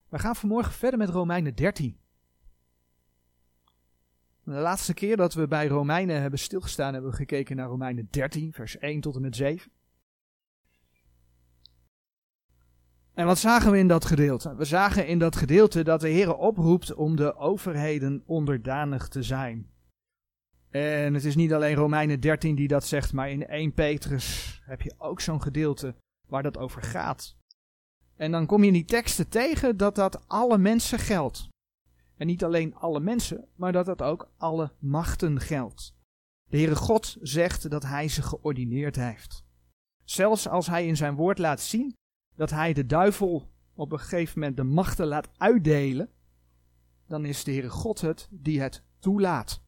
We gaan vanmorgen verder met Romeinen 13. De laatste keer dat we bij Romeinen hebben stilgestaan, hebben we gekeken naar Romeinen 13, vers 1 tot en met 7. En wat zagen we in dat gedeelte? We zagen in dat gedeelte dat de Heer oproept om de overheden onderdanig te zijn. En het is niet alleen Romeinen 13 die dat zegt, maar in 1 Petrus heb je ook zo'n gedeelte waar dat over gaat. En dan kom je in die teksten tegen dat alle mensen geldt. En niet alleen alle mensen, maar dat ook alle machten geldt. De Heere God zegt dat hij ze geordineerd heeft. Zelfs als hij in zijn woord laat zien dat hij de duivel op een gegeven moment de machten laat uitdelen, dan is de Heere God het die het toelaat.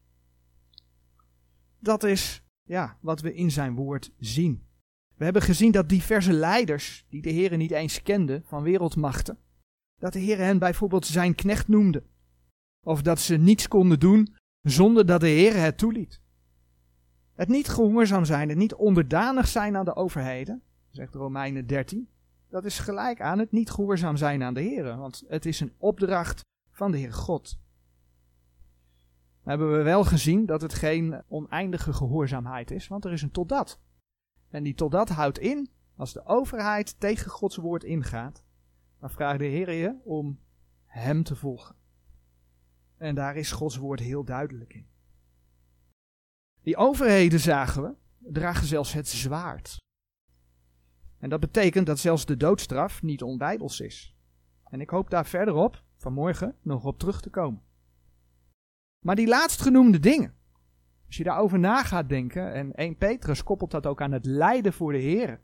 Dat is wat we in zijn woord zien. We hebben gezien dat diverse leiders, die de Heere niet eens kende van wereldmachten, dat de Heere hen bijvoorbeeld zijn knecht noemde. Of dat ze niets konden doen zonder dat de Heere het toeliet. Het niet gehoorzaam zijn, het niet onderdanig zijn aan de overheden, zegt Romeinen 13, dat is gelijk aan het niet gehoorzaam zijn aan de Heere, want het is een opdracht van de Heere God. Dan hebben we wel gezien dat het geen oneindige gehoorzaamheid is, want er is een totdat. En die totdat houdt in, als de overheid tegen Gods woord ingaat, dan vraagt de Heer je om hem te volgen. En daar is Gods woord heel duidelijk in. Die overheden, zagen we, dragen zelfs het zwaard. En dat betekent dat zelfs de doodstraf niet onbijbels is. En ik hoop daar verderop, vanmorgen, nog op terug te komen. Maar die laatstgenoemde dingen, als je daarover na gaat denken, en 1 Petrus koppelt dat ook aan het lijden voor de Heer.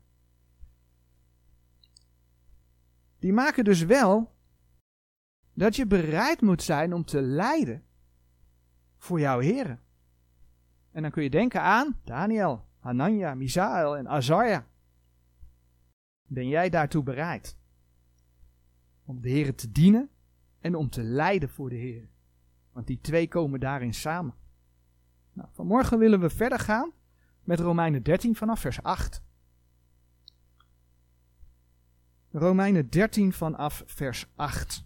Die maken dus wel dat je bereid moet zijn om te lijden voor jouw Heer. En dan kun je denken aan Daniel, Hanania, Misaël en Azarja. Ben jij daartoe bereid? Om de Heer te dienen en om te lijden voor de Heer. Want die twee komen daarin samen. Nou, vanmorgen willen we verder gaan met Romeinen 13 vanaf vers 8. Romeinen 13 vanaf vers 8.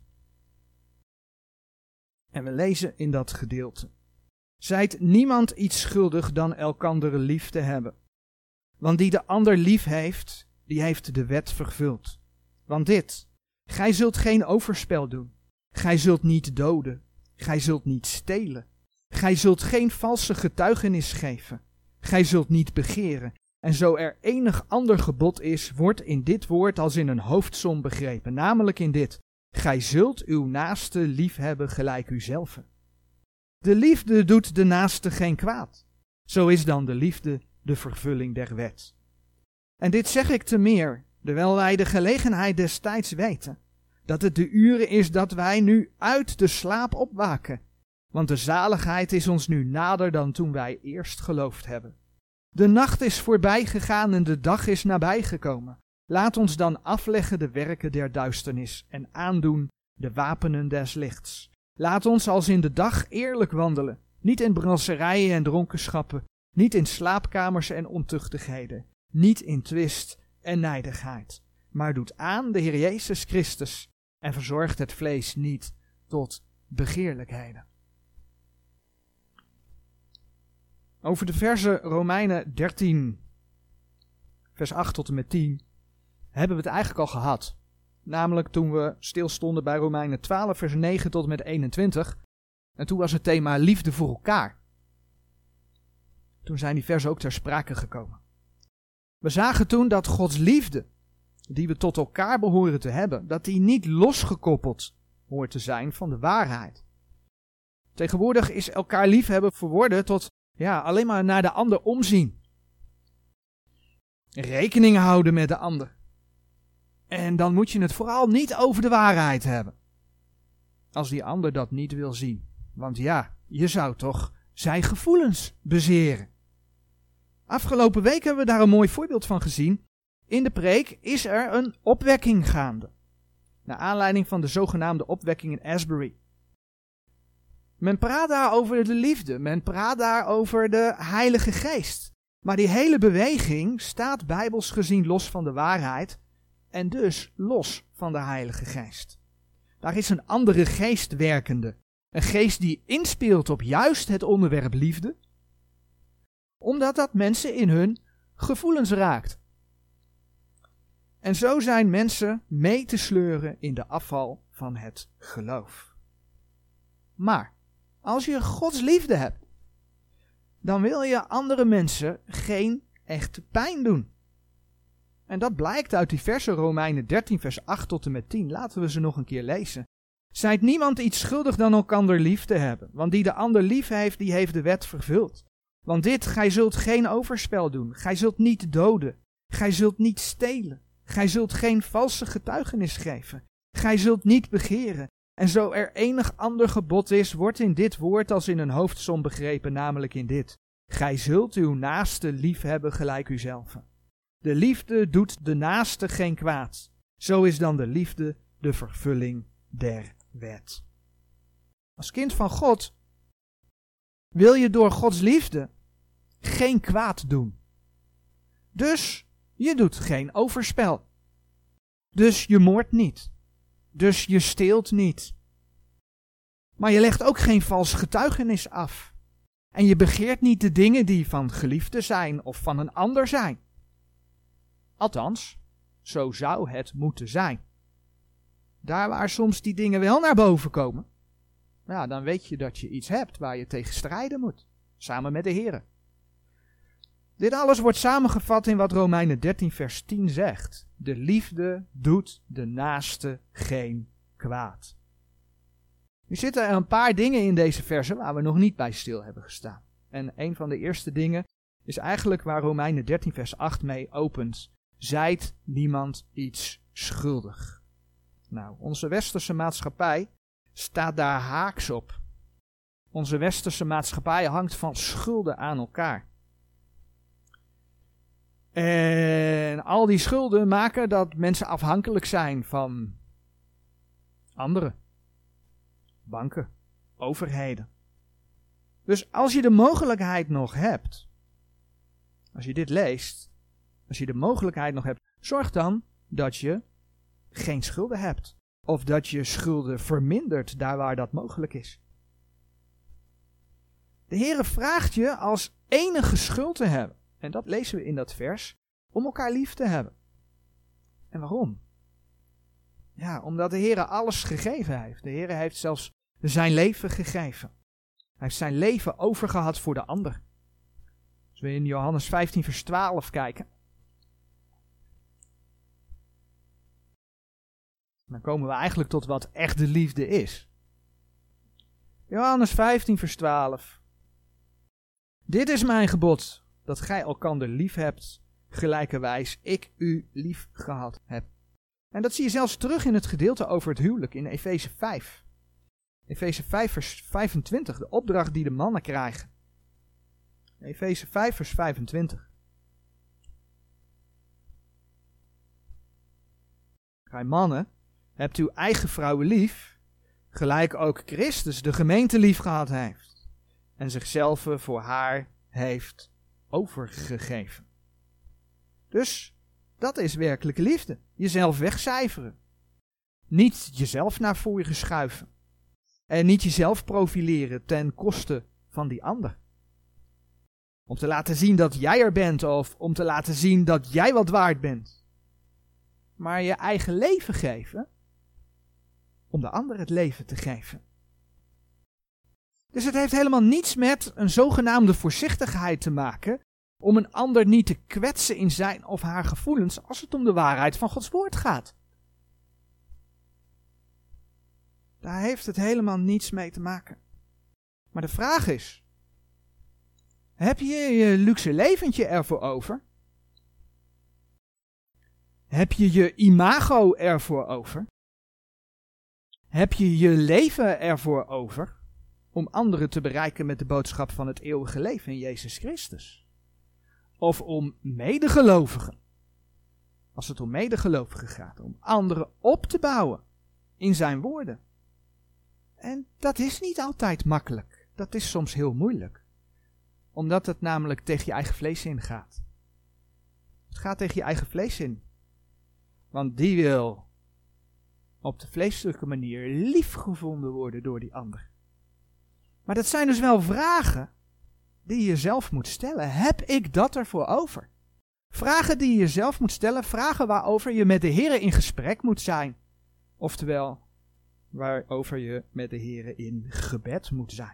En we lezen in dat gedeelte. Zijt niemand iets schuldig dan elkander lief te hebben. Want die de ander lief heeft, die heeft de wet vervuld. Want dit, gij zult geen overspel doen. Gij zult niet doden. Gij zult niet stelen. Gij zult geen valse getuigenis geven. Gij zult niet begeren. En zo er enig ander gebod is, wordt in dit woord als in een hoofdsom begrepen. Namelijk in dit. Gij zult uw naaste lief hebben gelijk uzelf. De liefde doet de naaste geen kwaad. Zo is dan de liefde de vervulling der wet. En dit zeg ik te meer, terwijl wij de gelegenheid des tijds weten, dat het de uren is dat wij nu uit de slaap opwaken. Want de zaligheid is ons nu nader dan toen wij eerst geloofd hebben. De nacht is voorbij gegaan en de dag is nabijgekomen. Laat ons dan afleggen de werken der duisternis en aandoen de wapenen des lichts. Laat ons als in de dag eerlijk wandelen, niet in brasserijen en dronkenschappen, niet in slaapkamers en ontuchtigheden, niet in twist en nijdigheid, maar doet aan de Heer Jezus Christus en verzorgt het vlees niet tot begeerlijkheden. Over de verzen Romeinen 13, vers 8 tot en met 10, hebben we het eigenlijk al gehad. Namelijk toen we stilstonden bij Romeinen 12, vers 9 tot en met 21. En toen was het thema liefde voor elkaar. Toen zijn die versen ook ter sprake gekomen. We zagen toen dat Gods liefde, die we tot elkaar behoren te hebben, dat die niet losgekoppeld hoort te zijn van de waarheid. Tegenwoordig is elkaar liefhebben verworden tot alleen maar naar de ander omzien. Rekening houden met de ander. En dan moet je het vooral niet over de waarheid hebben. Als die ander dat niet wil zien. Want je zou toch zijn gevoelens bezeren. Afgelopen week hebben we daar een mooi voorbeeld van gezien. In de preek is er een opwekking gaande. Naar aanleiding van de zogenaamde opwekking in Asbury. Men praat daar over de liefde. Men praat daar over de Heilige Geest. Maar die hele beweging staat bijbels gezien los van de waarheid. En dus los van de Heilige Geest. Daar is een andere geest werkende. Een geest die inspeelt op juist het onderwerp liefde, omdat dat mensen in hun gevoelens raakt. En zo zijn mensen mee te sleuren in de afval van het geloof. Maar als je Gods liefde hebt, dan wil je andere mensen geen echte pijn doen. En dat blijkt uit die versen Romeinen 13 vers 8 tot en met 10. Laten we ze nog een keer lezen. Zijt niemand iets schuldig dan elkander lief te hebben. Want die de ander lief heeft, die heeft de wet vervuld. Want dit, gij zult geen overspel doen. Gij zult niet doden. Gij zult niet stelen. Gij zult geen valse getuigenis geven. Gij zult niet begeren. En zo er enig ander gebod is, wordt in dit woord als in een hoofdsom begrepen, namelijk in dit. Gij zult uw naaste lief hebben gelijk uzelf. De liefde doet de naaste geen kwaad. Zo is dan de liefde de vervulling der wet. Als kind van God wil je door Gods liefde geen kwaad doen. Dus je doet geen overspel. Dus je moordt niet. Dus je steelt niet. Maar je legt ook geen vals getuigenis af. En je begeert niet de dingen die van geliefde zijn of van een ander zijn. Althans, zo zou het moeten zijn. Daar waar soms die dingen wel naar boven komen, ja, dan weet je dat je iets hebt waar je tegen strijden moet. Samen met de Here. Dit alles wordt samengevat in wat Romeinen 13 vers 10 zegt. De liefde doet de naaste geen kwaad. Nu zitten er een paar dingen in deze versen waar we nog niet bij stil hebben gestaan. En een van de eerste dingen is eigenlijk waar Romeinen 13 vers 8 mee opent. Zijt niemand iets schuldig. Nou, onze westerse maatschappij staat daar haaks op. Onze westerse maatschappij hangt van schulden aan elkaar. En al die schulden maken dat mensen afhankelijk zijn van anderen. Banken, overheden. Dus als je de mogelijkheid nog hebt, als je dit leest, als je de mogelijkheid nog hebt, zorg dan dat je geen schulden hebt. Of dat je schulden vermindert daar waar dat mogelijk is. De Heere vraagt je als enige schuld te hebben. En dat lezen we in dat vers. Om elkaar lief te hebben. En waarom? Ja, omdat de Heere alles gegeven heeft. De Heere heeft zelfs zijn leven gegeven. Hij heeft zijn leven overgehad voor de ander. Als we in Johannes 15 vers 12 kijken. Dan komen we eigenlijk tot wat echte liefde is. Johannes 15 vers 12. Dit is mijn gebod, dat gij elkander lief hebt, gelijkerwijs ik u lief gehad heb. En dat zie je zelfs terug in het gedeelte over het huwelijk in Efeze 5. Efeze 5 vers 25, de opdracht die de mannen krijgen. Efeze 5 vers 25. Gij mannen, hebt uw eigen vrouwen lief, gelijk ook Christus de gemeente lief gehad heeft en zichzelf voor haar heeft overgegeven. Dus dat is werkelijke liefde. Jezelf wegcijferen. Niet jezelf naar voren schuiven. En niet jezelf profileren ten koste van die ander. Om te laten zien dat jij er bent of om te laten zien dat jij wat waard bent. Maar je eigen leven geven om de ander het leven te geven. Dus het heeft helemaal niets met een zogenaamde voorzichtigheid te maken om een ander niet te kwetsen in zijn of haar gevoelens als het om de waarheid van Gods woord gaat. Daar heeft het helemaal niets mee te maken. Maar de vraag is, heb je je luxe leventje ervoor over? Heb je je imago ervoor over? Heb je je leven ervoor over om anderen te bereiken met de boodschap van het eeuwige leven in Jezus Christus? Of om medegelovigen, als het om medegelovigen gaat, om anderen op te bouwen in zijn woorden? En dat is niet altijd makkelijk. Dat is soms heel moeilijk. Omdat het namelijk tegen je eigen vlees ingaat. Het gaat tegen je eigen vlees in. Want die wil op de vleeselijke manier liefgevonden worden door die ander. Maar dat zijn dus wel vragen die je jezelf moet stellen. Heb ik dat ervoor over? Vragen die je jezelf moet stellen, vragen waarover je met de Heer in gesprek moet zijn. Oftewel, waarover je met de Heer in gebed moet zijn.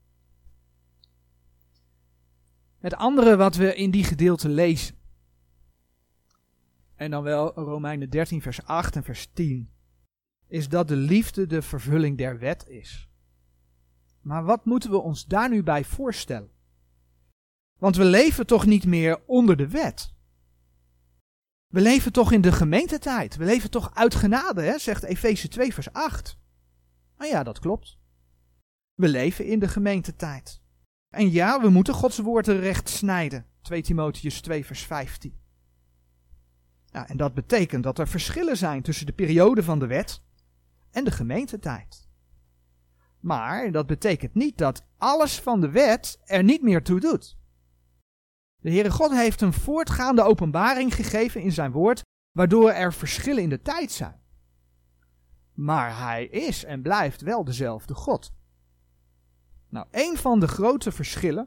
Het andere wat we in die gedeelte lezen, en dan wel Romeinen 13 vers 8 en vers 10, is dat de liefde de vervulling der wet is. Maar wat moeten we ons daar nu bij voorstellen? Want we leven toch niet meer onder de wet? We leven toch in de gemeentetijd? We leven toch uit genade, hè? Zegt Efeze 2 vers 8. Nou ja, dat klopt. We leven in de gemeentetijd. En ja, we moeten Gods woord recht snijden. 2 Timotheüs 2 vers 15. Nou, en dat betekent dat er verschillen zijn tussen de periode van de wet en de gemeentetijd. Maar dat betekent niet dat alles van de wet er niet meer toe doet. De Heere God heeft een voortgaande openbaring gegeven in zijn woord, waardoor er verschillen in de tijd zijn. Maar hij is en blijft wel dezelfde God. Nou, een van de grote verschillen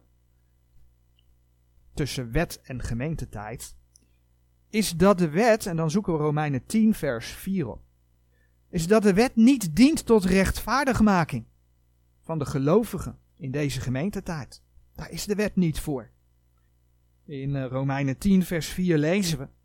tussen wet en gemeentetijd is dat de wet, en dan zoeken we Romeinen 10 vers 4 op, is dat de wet niet dient tot rechtvaardigmaking van de gelovigen in deze gemeentetijd. Daar is de wet niet voor. In Romeinen 10 vers 4 lezen we: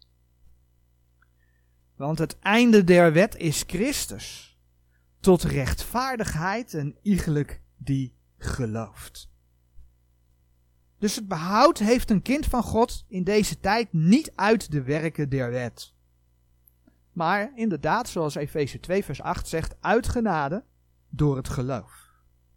want het einde der wet is Christus, tot rechtvaardigheid en iegelijk die gelooft. Dus het behoud heeft een kind van God in deze tijd niet uit de werken der wet. Maar inderdaad, zoals Efeze 2 vers 8 zegt, uit genade door het geloof.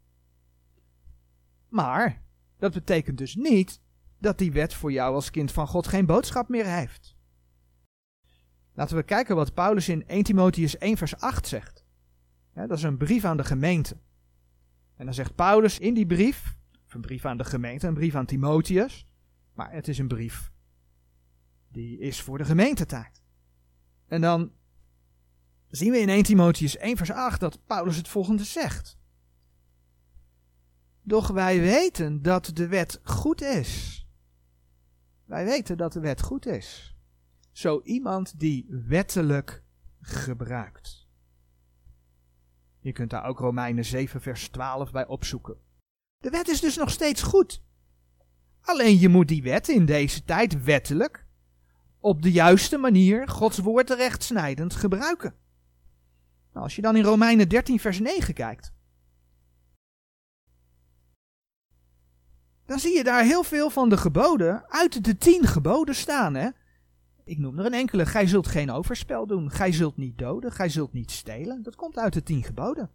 Maar dat betekent dus niet dat die wet voor jou als kind van God geen boodschap meer heeft. Laten we kijken wat Paulus in 1 Timotheüs 1 vers 8 zegt. Ja, dat is een brief aan de gemeente. En dan zegt Paulus in die brief, of een brief aan de gemeente, een brief aan Timotheus, maar het is een brief die is voor de gemeentetijd. En dan zien we in 1 Timotheüs 1 vers 8 dat Paulus het volgende zegt: doch wij weten dat de wet goed is. Wij weten dat de wet goed is. Zo iemand die wettelijk gebruikt. Je kunt daar ook Romeinen 7 vers 12 bij opzoeken. De wet is dus nog steeds goed. Alleen je moet die wet in deze tijd wettelijk, op de juiste manier, Gods woord rechtsnijdend gebruiken. Nou, als je dan in Romeinen 13 vers 9 kijkt, dan zie je daar heel veel van de geboden uit de 10 geboden staan. Hè? Ik noem er een enkele: gij zult geen overspel doen, gij zult niet doden, gij zult niet stelen. Dat komt uit de 10 geboden.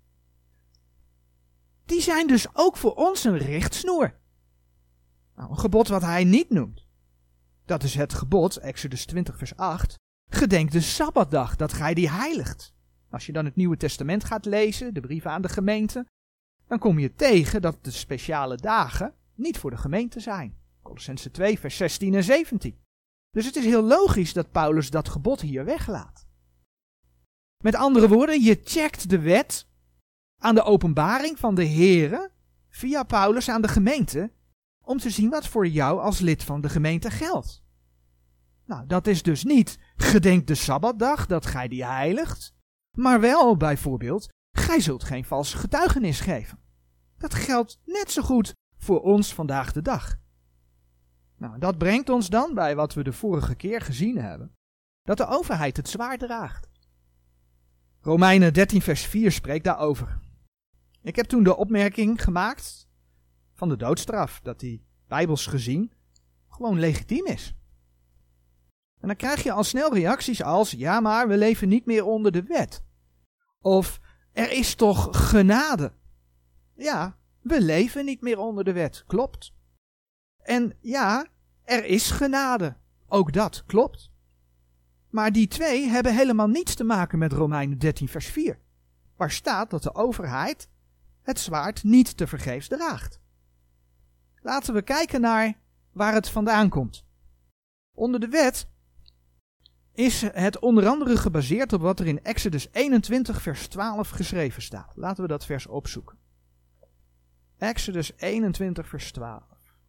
Die zijn dus ook voor ons een richtsnoer. Nou, een gebod wat hij niet noemt, dat is het gebod, Exodus 20 vers 8, gedenk de Sabbatdag, dat gij die heiligt. Als je dan het Nieuwe Testament gaat lezen, de brieven aan de gemeente, dan kom je tegen dat de speciale dagen niet voor de gemeente zijn. Kolossenzen 2 vers 16 en 17. Dus het is heel logisch dat Paulus dat gebod hier weglaat. Met andere woorden, je checkt de wet aan de openbaring van de Heere via Paulus aan de gemeente, om te zien wat voor jou als lid van de gemeente geldt. Nou, dat is dus niet gedenk de Sabbatdag, dat gij die heiligt, maar wel bijvoorbeeld, gij zult geen valse getuigenis geven. Dat geldt net zo goed voor ons vandaag de dag. Nou, dat brengt ons dan bij wat we de vorige keer gezien hebben, dat de overheid het zwaard draagt. Romeinen 13 vers 4 spreekt daarover. Ik heb toen de opmerking gemaakt van de doodstraf, dat die bijbels gezien gewoon legitiem is. En dan krijg je al snel reacties als: ja, maar we leven niet meer onder de wet. Of er is toch genade. Ja, we leven niet meer onder de wet, klopt. En ja, er is genade, ook dat klopt. Maar die twee hebben helemaal niets te maken met Romeinen 13 vers 4. Waar staat dat de overheid het zwaard niet tevergeefs draagt. Laten we kijken naar waar het vandaan komt. Onder de wet is het onder andere gebaseerd op wat er in Exodus 21 vers 12 geschreven staat. Laten we dat vers opzoeken. Exodus 21 vers 12.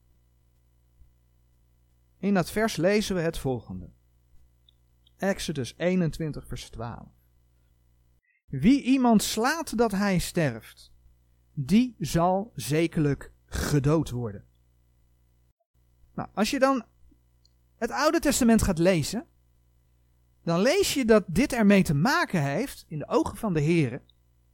In dat vers lezen we het volgende. Exodus 21 vers 12. Wie iemand slaat dat hij sterft, die zal zekerlijk gedood worden. Nou, als je dan het Oude Testament gaat lezen, dan lees je dat dit ermee te maken heeft, in de ogen van de Heere,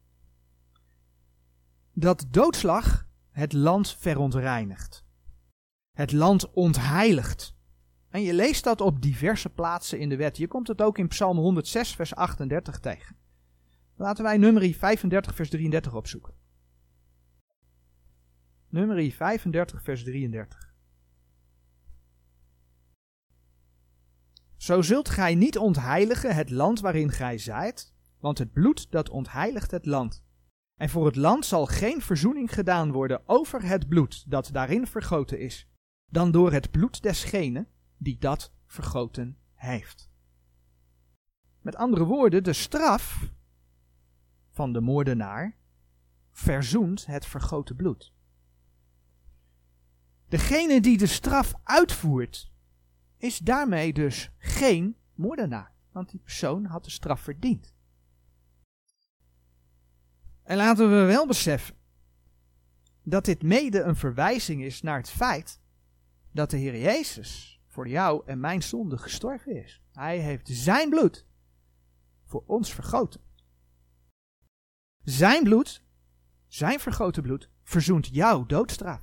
dat doodslag het land verontreinigt. Het land ontheiligt. En je leest dat op diverse plaatsen in de wet. Je komt het ook in Psalm 106 vers 38 tegen. Laten wij Numeri 35 vers 33 opzoeken. Numeri 35 vers 33. Zo zult gij niet ontheiligen het land waarin gij zijt, want het bloed dat ontheiligt het land. En voor het land zal geen verzoening gedaan worden over het bloed dat daarin vergoten is, dan door het bloed desgene die dat vergoten heeft. Met andere woorden, de straf van de moordenaar verzoent het vergoten bloed. Degene die de straf uitvoert, is daarmee dus geen moordenaar, want die persoon had de straf verdiend. En laten we wel beseffen dat dit mede een verwijzing is naar het feit dat de Heer Jezus voor jou en mijn zonde gestorven is. Hij heeft zijn bloed voor ons vergoten. Zijn bloed, zijn vergoten bloed, verzoent jouw doodstraf.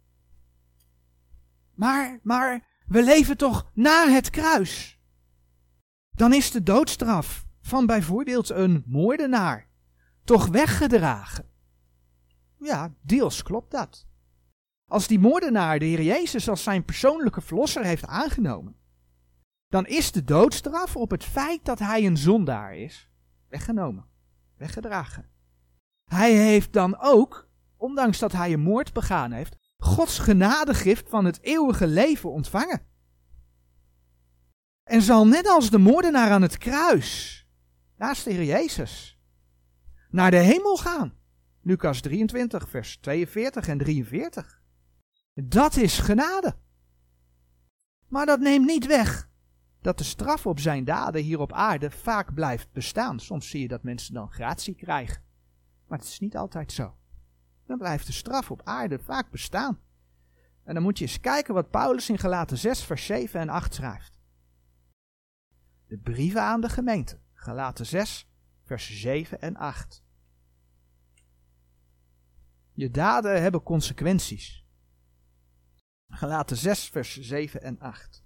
Maar we leven toch na het kruis? Dan is de doodstraf van bijvoorbeeld een moordenaar toch weggedragen. Ja, deels klopt dat. Als die moordenaar de Heer Jezus als zijn persoonlijke verlosser heeft aangenomen, dan is de doodstraf op het feit dat hij een zondaar is weggenomen, weggedragen. Hij heeft dan ook, ondanks dat hij een moord begaan heeft, Gods genadegift van het eeuwige leven ontvangen. En zal net als de moordenaar aan het kruis, naast de Heer Jezus, naar de hemel gaan. Lucas 23, vers 42 en 43. Dat is genade. Maar dat neemt niet weg dat de straf op zijn daden hier op aarde vaak blijft bestaan. Soms zie je dat mensen dan gratie krijgen. Maar het is niet altijd zo. Dan blijft de straf op aarde vaak bestaan. En dan moet je eens kijken wat Paulus in Galaten 6, vers 7 en 8 schrijft. De brieven aan de gemeente. Galaten 6, vers 7 en 8. Je daden hebben consequenties. Galaten 6, vers 7 en 8.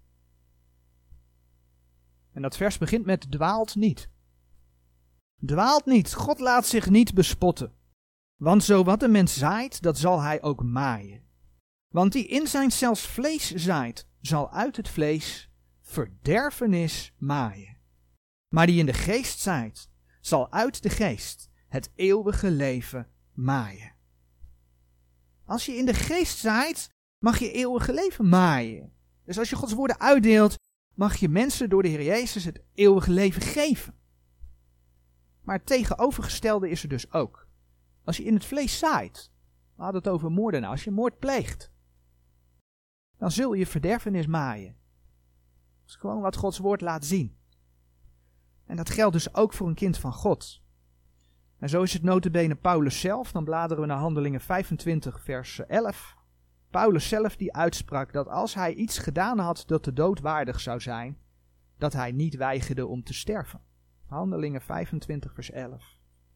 En dat vers begint met dwaalt niet. Dwaalt niet, God laat zich niet bespotten. Want zo wat een mens zaait, dat zal hij ook maaien. Want die in zijn zelfs vlees zaait, zal uit het vlees verderfenis maaien. Maar die in de geest zaait, zal uit de geest het eeuwige leven maaien. Als je in de geest zaait, mag je eeuwige leven maaien. Dus als je Gods woorden uitdeelt, mag je mensen door de Heer Jezus het eeuwige leven geven. Maar het tegenovergestelde is er dus ook. Als je in het vlees zaait, we hadden het over moorden, als je moord pleegt, dan zul je verderfenis maaien. Dat is gewoon wat Gods woord laat zien. En dat geldt dus ook voor een kind van God. En zo is het nota bene Paulus zelf, dan bladeren we naar Handelingen 25 vers 11. Paulus zelf die uitsprak dat als hij iets gedaan had dat de dood waardig zou zijn, dat hij niet weigerde om te sterven. Handelingen 25 vers 11.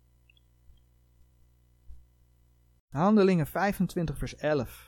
Handelingen 25 vers 11.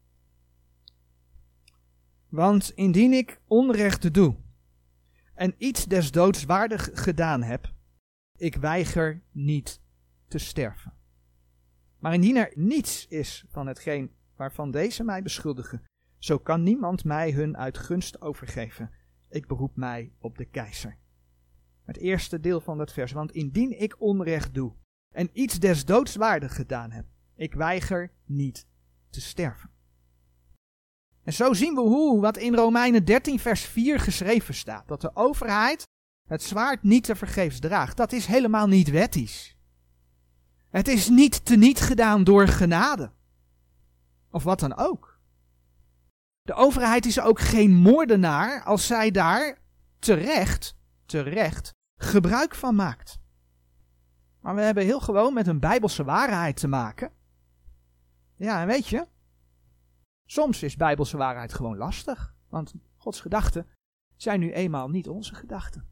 Want indien ik onrecht doe en iets des doods waardig gedaan heb, ik weiger niet te sterven. Maar indien er niets is van hetgeen waarvan deze mij beschuldigen, zo kan niemand mij hun uit gunst overgeven. Ik beroep mij op de keizer. Het eerste deel van dat vers. Want indien ik onrecht doe en iets des doods waardig gedaan heb, ik weiger niet te sterven. En zo zien we wat in Romeinen 13 vers 4 geschreven staat. Dat de overheid het zwaard niet tevergeefs draagt, dat is helemaal niet wettisch. Het is niet teniet gedaan door genade. Of wat dan ook. De overheid is ook geen moordenaar als zij daar terecht gebruik van maakt. Maar we hebben heel gewoon met een bijbelse waarheid te maken. Ja, en weet je, soms is bijbelse waarheid gewoon lastig, want Gods gedachten zijn nu eenmaal niet onze gedachten.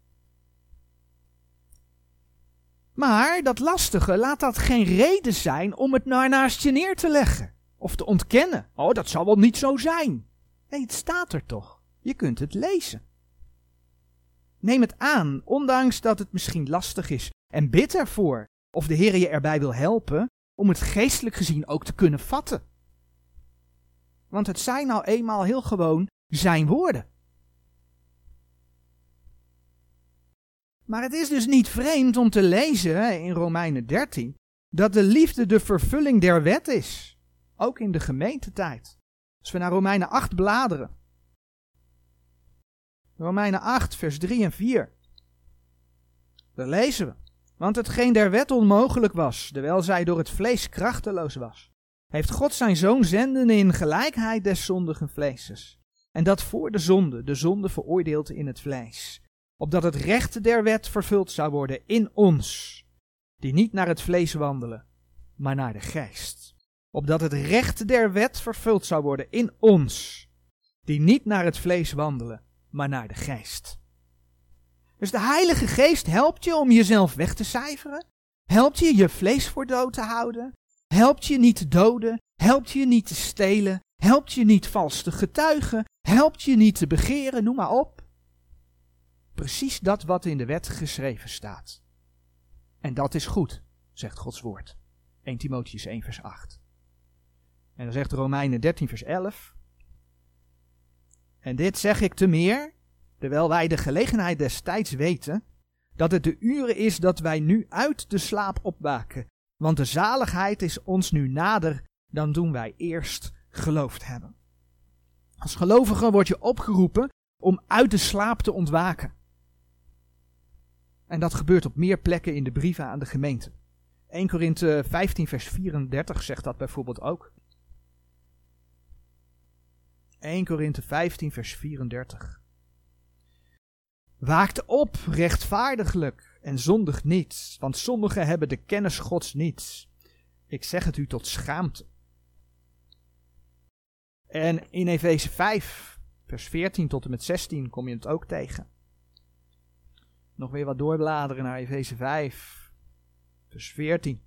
Maar dat lastige, laat dat geen reden zijn om het naast je neer te leggen of te ontkennen. Oh, dat zal wel niet zo zijn. Nee, het staat er toch. Je kunt het lezen. Neem het aan, ondanks dat het misschien lastig is. En bid ervoor of de Heer je erbij wil helpen om het geestelijk gezien ook te kunnen vatten. Want het zijn nou eenmaal heel gewoon zijn woorden. Maar het is dus niet vreemd om te lezen in Romeinen 13 dat de liefde de vervulling der wet is. Ook in de gemeentetijd. Als we naar Romeinen 8 bladeren. Romeinen 8 vers 3 en 4. Daar lezen we. Want hetgeen der wet onmogelijk was, terwijl zij door het vlees krachteloos was, heeft God zijn zoon zenden in gelijkheid des zondigen vleeses. En dat voor de zonde veroordeeld in het vlees. Opdat het recht der wet vervuld zou worden in ons, die niet naar het vlees wandelen, maar naar de geest. Opdat het recht der wet vervuld zou worden in ons, die niet naar het vlees wandelen, maar naar de geest. Dus de Heilige Geest helpt je om jezelf weg te cijferen, helpt je je vlees voor dood te houden, helpt je niet te doden, helpt je niet te stelen, helpt je niet vals te getuigen, helpt je niet te begeren, noem maar op. Precies dat wat in de wet geschreven staat. En dat is goed, zegt Gods woord. 1 Timotheüs 1 vers 8. En dan zegt Romeinen 13 vers 11. En dit zeg ik te meer, terwijl wij de gelegenheid des tijds weten, dat het de uren is dat wij nu uit de slaap opwaken. Want de zaligheid is ons nu nader dan toen wij eerst geloofd hebben. Als gelovige word je opgeroepen om uit de slaap te ontwaken. En dat gebeurt op meer plekken in de brieven aan de gemeente. 1 Korinthe 15 vers 34 zegt dat bijvoorbeeld ook. 1 Korinthe 15 vers 34. Waakt op rechtvaardiglijk en zondigt niet, want sommigen hebben de kennis Gods niet. Ik zeg het u tot schaamte. En in Efeze 5 vers 14 tot en met 16 kom je het ook tegen. Nog weer wat doorbladeren naar Efeze 5, vers 14.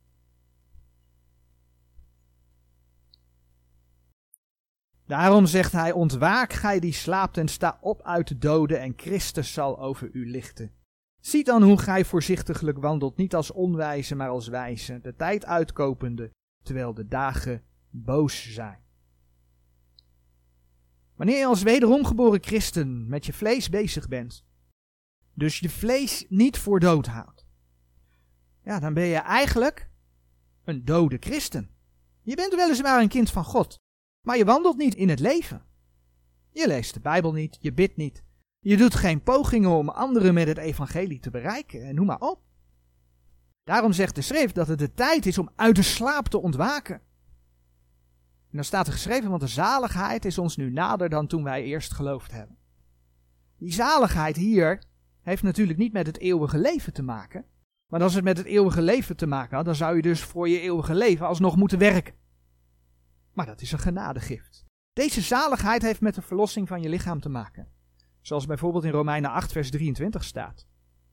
Daarom zegt hij, ontwaak gij die slaapt en sta op uit de doden en Christus zal over u lichten. Ziet dan hoe gij voorzichtiglijk wandelt, niet als onwijze, maar als wijze, de tijd uitkopende, terwijl de dagen boos zijn. Wanneer je als wederom geboren christen met je vlees bezig bent, dus je vlees niet voor dood houdt, ja, dan ben je eigenlijk een dode christen. Je bent weliswaar een kind van God, maar je wandelt niet in het leven. Je leest de Bijbel niet, je bidt niet. Je doet geen pogingen om anderen met het evangelie te bereiken en noem maar op. Daarom zegt de schrift dat het de tijd is om uit de slaap te ontwaken. En dan staat er geschreven, want de zaligheid is ons nu nader dan toen wij eerst geloofd hebben. Die zaligheid hier heeft natuurlijk niet met het eeuwige leven te maken. Want als het met het eeuwige leven te maken had, dan zou je dus voor je eeuwige leven alsnog moeten werken. Maar dat is een genadegift. Deze zaligheid heeft met de verlossing van je lichaam te maken. Zoals bijvoorbeeld in Romeinen 8 vers 23 staat.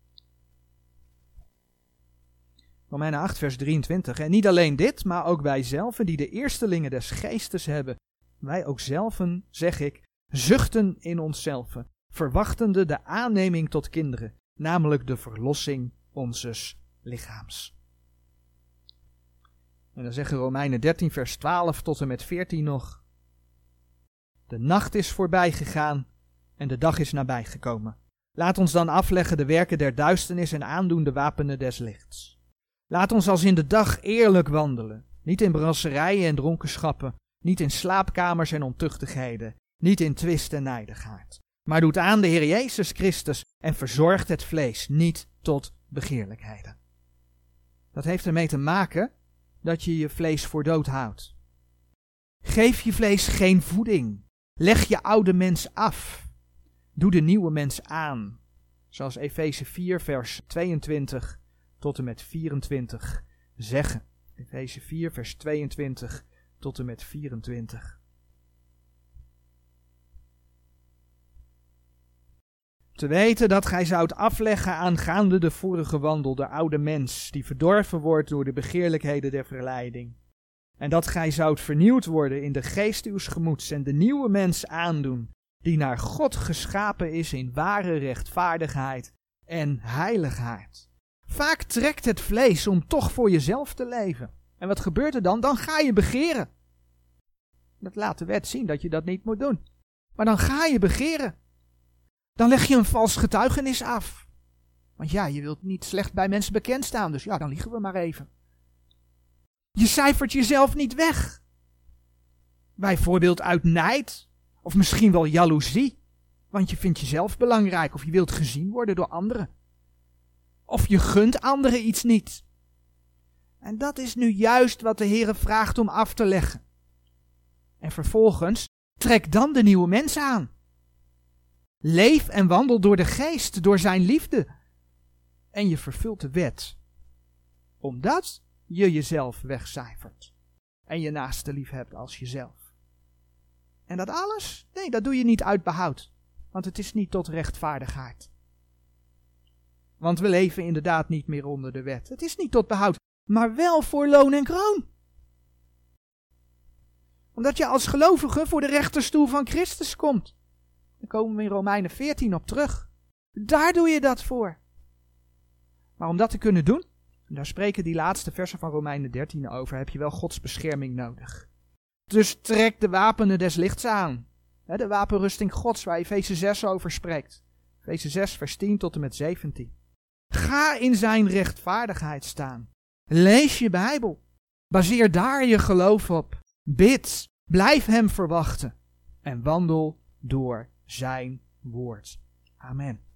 Romeinen 8 vers 23. En niet alleen dit, maar ook wij zelven die de eerstelingen des geestes hebben. Wij ook zelven, zeg ik, zuchten in onszelven, verwachtende de aanneming tot kinderen, namelijk de verlossing onzes lichaams. En dan zeggen Romeinen 13 vers 12 tot en met 14 nog. De nacht is voorbij gegaan en de dag is nabij gekomen. Laat ons dan afleggen de werken der duisternis en aandoen de wapenen des lichts. Laat ons als in de dag eerlijk wandelen, niet in brasserijen en dronkenschappen, niet in slaapkamers en ontuchtigheden, niet in twist en nijdigheid, maar doet aan de Heer Jezus Christus en verzorgt het vlees niet tot begeerlijkheden. Dat heeft ermee te maken dat je je vlees voor dood houdt. Geef je vlees geen voeding. Leg je oude mens af. Doe de nieuwe mens aan. Zoals Efeze 4 vers 22 tot en met 24 zeggen. Efeze 4 vers 22 tot en met 24. Te weten dat gij zoudt afleggen aangaande de vorige wandel, de oude mens, die verdorven wordt door de begeerlijkheden der verleiding. En dat gij zoudt vernieuwd worden in de geest uws gemoeds en de nieuwe mens aandoen, die naar God geschapen is in ware rechtvaardigheid en heiligheid. Vaak trekt het vlees om toch voor jezelf te leven. En wat gebeurt er dan? Dan ga je begeren. Dat laat de wet zien dat je dat niet moet doen. Maar dan ga je begeren. Dan leg je een vals getuigenis af. Want ja, je wilt niet slecht bij mensen bekend staan, dus ja, dan liegen we maar even. Je cijfert jezelf niet weg. Bijvoorbeeld uit nijd, of misschien wel jaloezie, want je vindt jezelf belangrijk, of je wilt gezien worden door anderen. Of je gunt anderen iets niet. En dat is nu juist wat de Heere vraagt om af te leggen. En vervolgens, trek dan de nieuwe mens aan. Leef en wandel door de geest, door zijn liefde. En je vervult de wet. Omdat je jezelf wegcijfert. En je naaste lief hebt als jezelf. En dat alles? Nee, dat doe je niet uit behoud. Want het is niet tot rechtvaardigheid. Want we leven inderdaad niet meer onder de wet. Het is niet tot behoud, maar wel voor loon en kroon. Omdat je als gelovige voor de rechterstoel van Christus komt. Daar komen we in Romeinen 14 op terug. Daar doe je dat voor. Maar om dat te kunnen doen, en daar spreken die laatste versen van Romeinen 13 over, heb je wel Gods bescherming nodig. Dus trek de wapenen des lichts aan. De wapenrusting Gods waar Efeze 6 over spreekt. Efeze 6 vers 10 tot en met 17. Ga in zijn rechtvaardigheid staan. Lees je Bijbel. Baseer daar je geloof op. Bid. Blijf hem verwachten. En wandel door zijn woord. Amen.